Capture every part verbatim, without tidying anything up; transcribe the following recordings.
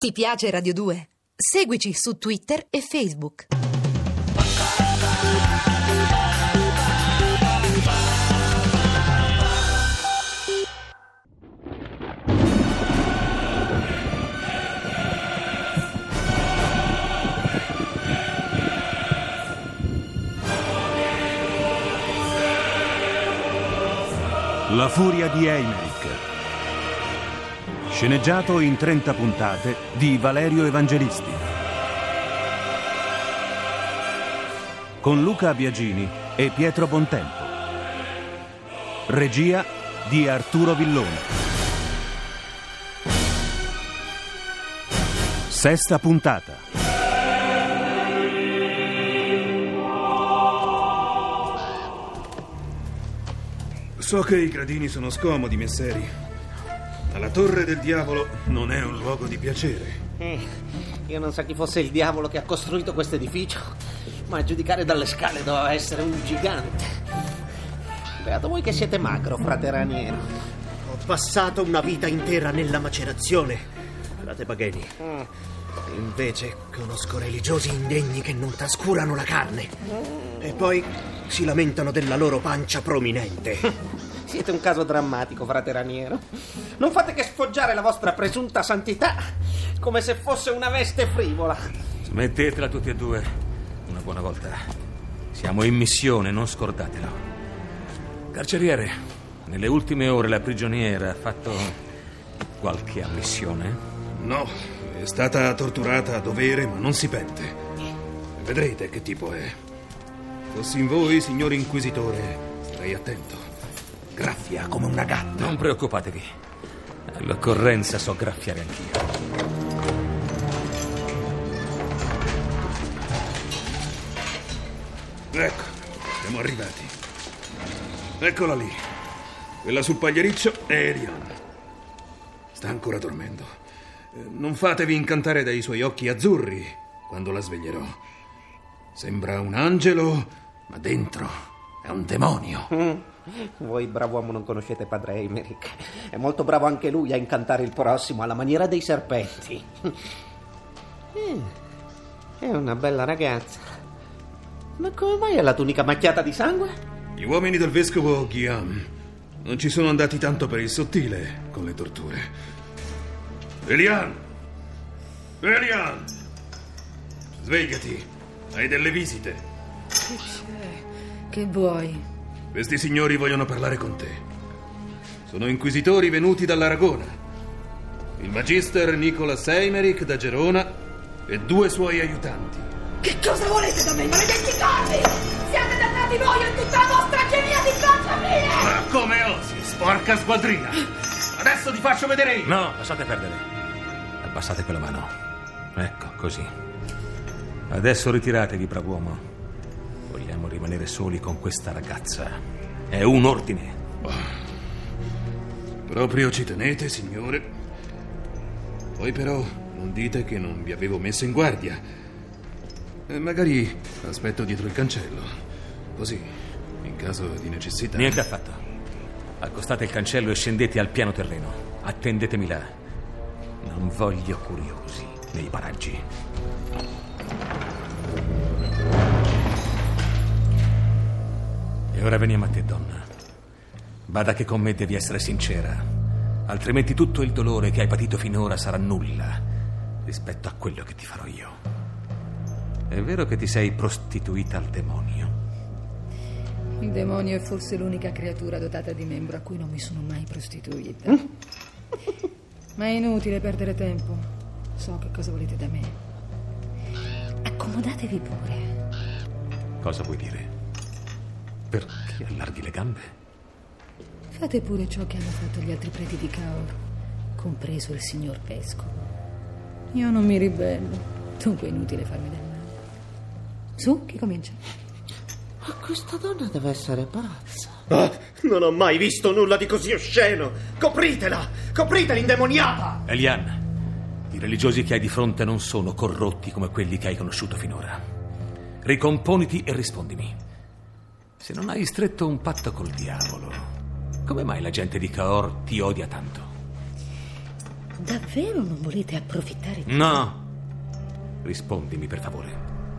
Ti piace Radio due? Seguici su Twitter e Facebook. La furia di Eymerich. Sceneggiato in trenta puntate di Valerio Evangelisti. Con Luca Biagini e Pietro Bontempo. Regia di Arturo Villone. Sesta puntata. So che i gradini sono scomodi, messeri, ma la Torre del Diavolo non è un luogo di piacere. Eh, io non so chi fosse il diavolo che ha costruito questo edificio, ma a giudicare dalle scale doveva essere un gigante. Beato voi che siete magro, frate Raniero. Ho passato una vita intera nella macerazione, frate Bagheni. Mm. Invece conosco religiosi indegni che non trascurano la carne e poi si lamentano della loro pancia prominente. Siete un caso drammatico, frate Raniero. Non fate che sfoggiare la vostra presunta santità come se fosse una veste frivola. Smettetela tutti e due, una buona volta. Siamo in missione, non scordatelo. Carceriere, nelle ultime ore la prigioniera ha fatto qualche ammissione? No, è stata torturata a dovere, ma non si pente. Vedrete che tipo è. Fossi in voi, signor inquisitore, starei attento. Graffia come una gatta. Non preoccupatevi, all'occorrenza so graffiare anch'io. Ecco, siamo arrivati. Eccola lì. Quella sul pagliericcio è Eliane. Sta ancora dormendo. Non fatevi incantare dai suoi occhi azzurri quando la sveglierò. Sembra un angelo, ma dentro è un demonio. Mm. Voi, bravo uomo, non conoscete padre Eymerich. È molto bravo anche lui a incantare il prossimo alla maniera dei serpenti. Eh, è una bella ragazza. Ma come mai ha la tunica macchiata di sangue? Gli uomini del vescovo Guillaume non ci sono andati tanto per il sottile con le torture. Eliane! Eliane! Svegliati, hai delle visite. Che c'è? Che vuoi? Questi signori vogliono parlare con te. Sono inquisitori venuti dall'Aragona. Il magister Nicolas Eymerich da Gerona e due suoi aiutanti. Che cosa volete da me, maledetti corvi? Siete dannati voi e tutta la vostra chemia di congiamine! Ma come osi, sporca sgualdrina? Adesso ti faccio vedere io. No, lasciate perdere. Abbassate quella mano. Ecco, così. Adesso ritiratevi, brav'uomo. Vogliamo rimanere soli con questa ragazza. È un ordine. Oh, proprio ci tenete, signore? Poi però non dite che non vi avevo messo in guardia. Eh, magari aspetto dietro il cancello. Così, in caso di necessità. Niente affatto. Accostate il cancello e scendete al piano terreno. Attendetemi là. Non voglio curiosi nei paraggi. E ora veniamo a te, donna. Bada che con me devi essere sincera, altrimenti tutto il dolore che hai patito finora sarà nulla rispetto a quello che ti farò io. È vero che ti sei prostituita al demonio? Il demonio è forse l'unica creatura dotata di membro a cui non mi sono mai prostituita. Ma è inutile perdere tempo. So che cosa volete da me. Accomodatevi pure. Cosa vuoi dire? Perché allarghi le gambe? Fate pure ciò che hanno fatto gli altri preti di Cahors, compreso il signor vescovo. Io non mi ribello, dunque è inutile farmi del male. Su, chi comincia? Ma questa donna deve essere pazza. Ah, non ho mai visto nulla di così osceno. Copritela, copritela, indemoniata. Eliane, i religiosi che hai di fronte non sono corrotti come quelli che hai conosciuto finora. Ricomponiti e rispondimi. Se non hai stretto un patto col diavolo, come mai la gente di Cahors ti odia tanto? Davvero non volete approfittare di... No! Rispondimi, per favore.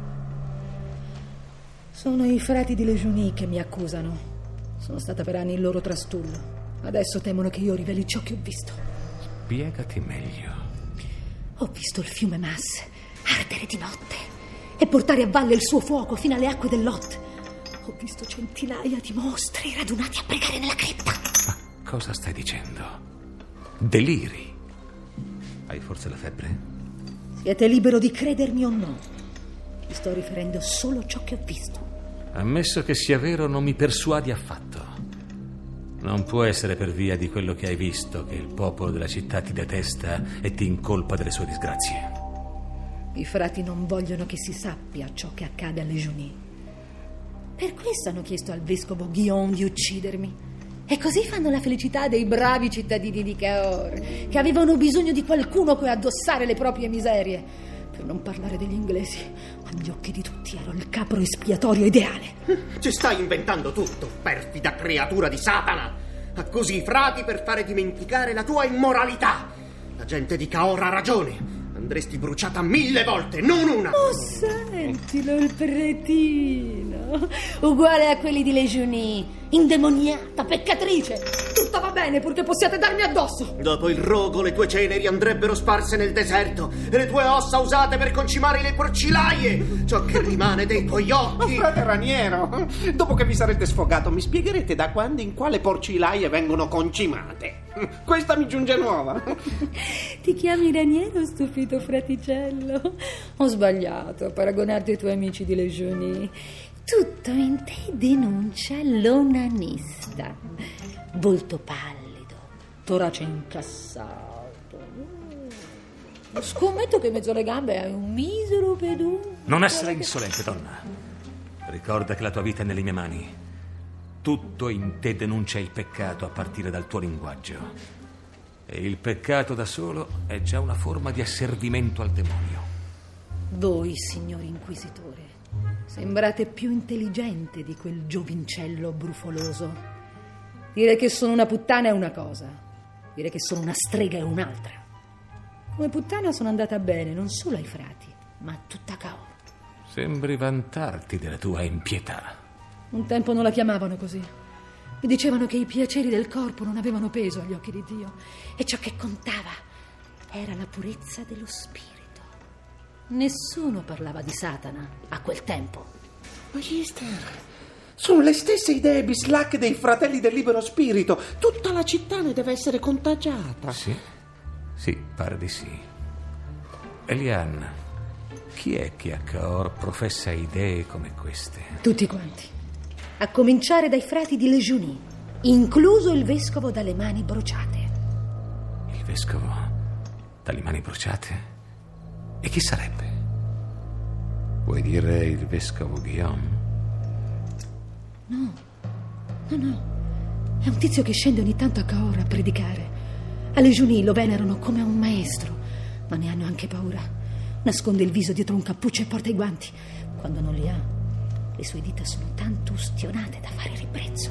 Sono i frati di Legionie che mi accusano. Sono stata per anni il loro trastullo. Adesso temono che io riveli ciò che ho visto. Spiegati meglio. Ho visto il fiume Maas ardere di notte e portare a valle il suo fuoco fino alle acque del Lot. Ho visto centinaia di mostri radunati a pregare nella cripta. Ma cosa stai dicendo? Deliri? Hai forse la febbre? Siete libero di credermi o no. Vi sto riferendo solo ciò che ho visto. Ammesso che sia vero, non mi persuadi affatto. Non può essere per via di quello che hai visto che il popolo della città ti detesta e ti incolpa delle sue disgrazie. I frati non vogliono che si sappia ciò che accade a Legionie. Per questo hanno chiesto al vescovo Guillaume di uccidermi. E così fanno la felicità dei bravi cittadini di Cahors, che avevano bisogno di qualcuno a cui addossare le proprie miserie. Per non parlare degli inglesi, agli occhi di tutti ero il capro espiatorio ideale. Ci stai inventando tutto, perfida creatura di Satana. Accusi i frati per fare dimenticare la tua immoralità. La gente di Cahors ha ragione. Andresti bruciata mille volte, non una. Oh, sentilo, il pretino. Uguale a quelli di Legionie. Indemoniata, peccatrice. Tutto va bene purché possiate darmi addosso. Dopo il rogo le tue ceneri andrebbero sparse nel deserto e le tue ossa usate per concimare le porcilaie. Ciò che rimane dei tuoi occhi. Ma frate Raniero, dopo che vi sarete sfogato, mi spiegherete da quando in quale porcilaie vengono concimate? Questa mi giunge nuova. Ti chiami Raniero, stupito fraticello? Ho sbagliato a paragonarti ai tuoi amici di Legionie. Tutto in te denuncia l'onanista. Volto pallido, torace incassato. Scommetto che in mezzo alle gambe hai un misero pedone. Non essere insolente, donna. Ricorda che la tua vita è nelle mie mani. Tutto in te denuncia il peccato a partire dal tuo linguaggio. E il peccato da solo è già una forma di asservimento al demonio. Voi, signor inquisitore, sembrate più intelligente di quel giovincello brufoloso. Dire che sono una puttana è una cosa, dire che sono una strega è un'altra. Come puttana sono andata bene non solo ai frati, ma a tutta Cahors. Sembri vantarti della tua impietà. Un tempo non la chiamavano così. Mi dicevano che i piaceri del corpo non avevano peso agli occhi di Dio e ciò che contava era la purezza dello spirito. Nessuno parlava di Satana a quel tempo. Magister, sono le stesse idee bislacche dei fratelli del libero spirito. Tutta la città ne deve essere contagiata. Sì, sì, pare di sì. Eliane, chi è che a Cahors professa idee come queste? Tutti quanti. A cominciare dai frati di Legionie, incluso il vescovo dalle mani bruciate. Il vescovo dalle mani bruciate? E chi sarebbe? Vuoi dire il vescovo Guillaume? No, no, no. È un tizio che scende ogni tanto a Cahors a predicare. A Legionie lo venerano come a un maestro, ma ne hanno anche paura. Nasconde il viso dietro un cappuccio e porta i guanti. Quando non li ha, le sue dita sono tanto ustionate da fare ribrezzo.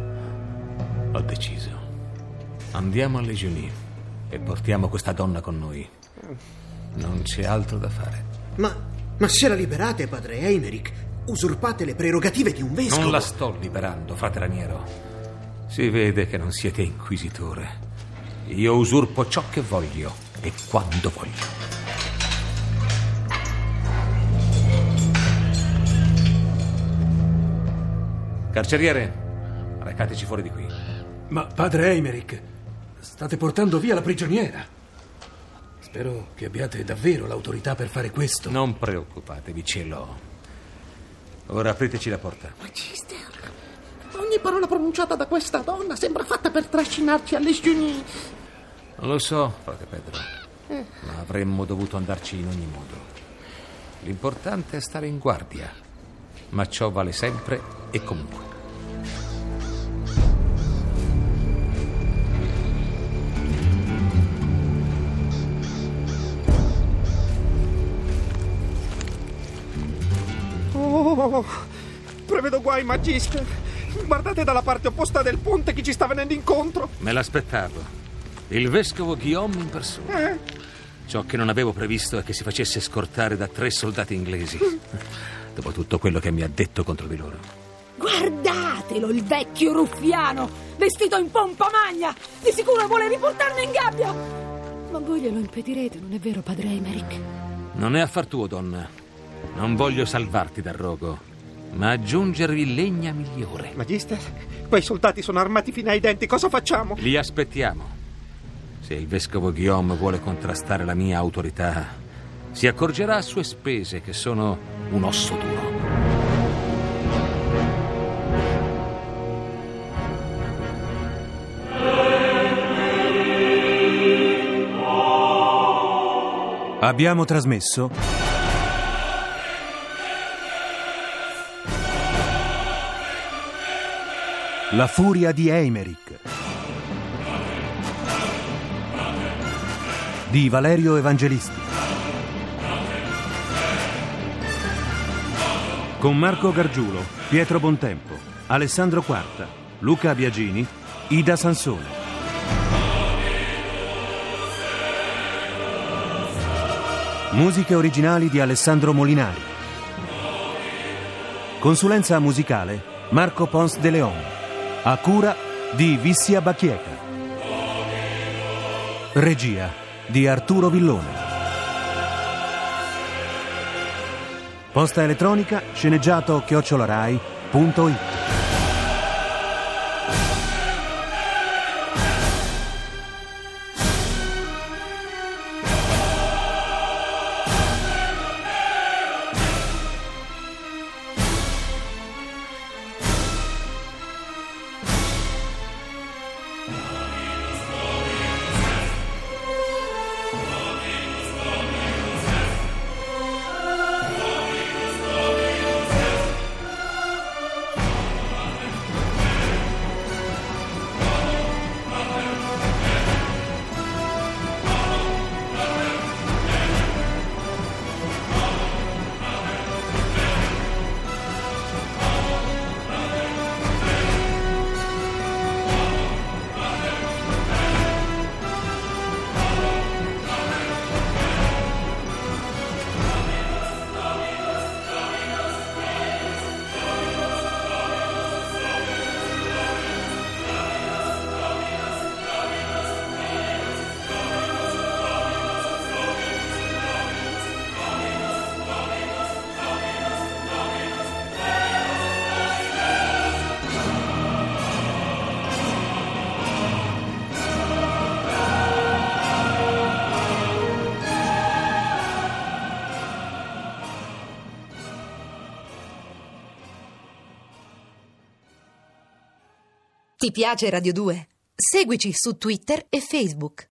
Ho deciso. Andiamo a Legionie e portiamo questa donna con noi. Non c'è altro da fare. Ma, ma se la liberate, padre Eimerick, usurpate le prerogative di un vescovo. Non la sto liberando, frate Raniero. Si vede che non siete inquisitore. Io usurpo ciò che voglio e quando voglio. Carceriere, recateci fuori di qui. Ma padre Eimerick, state portando via la prigioniera. Spero che abbiate davvero l'autorità per fare questo. Non preoccupatevi, ce l'ho. Ora apriteci la porta. Magister, ogni parola pronunciata da questa donna sembra fatta per trascinarci alle Legionie. Non lo so, frate Pedro, eh. ma avremmo dovuto andarci in ogni modo. L'importante è stare in guardia, ma ciò vale sempre e comunque. Oh, prevedo guai, Magister. Guardate dalla parte opposta del ponte chi ci sta venendo incontro. Me l'aspettavo. Il vescovo Guillaume in persona. Eh? Ciò che non avevo previsto è che si facesse scortare da tre soldati inglesi. Dopo tutto quello che mi ha detto contro di loro. Guardatelo, il vecchio ruffiano, vestito in pompa magna. Di sicuro vuole riportarmi in gabbia. Ma voi glielo impedirete, non è vero, padre Aymeric? Non è affar tuo, donna. Non voglio salvarti dal rogo, ma aggiungervi legna migliore. Magister, quei soldati sono armati fino ai denti, cosa facciamo? Li aspettiamo. Se il vescovo Guillaume vuole contrastare la mia autorità, si accorgerà a sue spese che sono un osso duro. Abbiamo trasmesso La furia di Aymeric di Valerio Evangelisti, con Marco Gargiulo, Pietro Bontempo, Alessandro Quarta, Luca Biagini, Ida Sansone. Musiche originali di Alessandro Molinari. Consulenza musicale Marco Pons de Leon, a cura di Vissia Bacchieca. Regia di Arturo Villone. Posta elettronica sceneggiato chiocciolarai punto it. Ti piace Radio due? Seguici su Twitter e Facebook.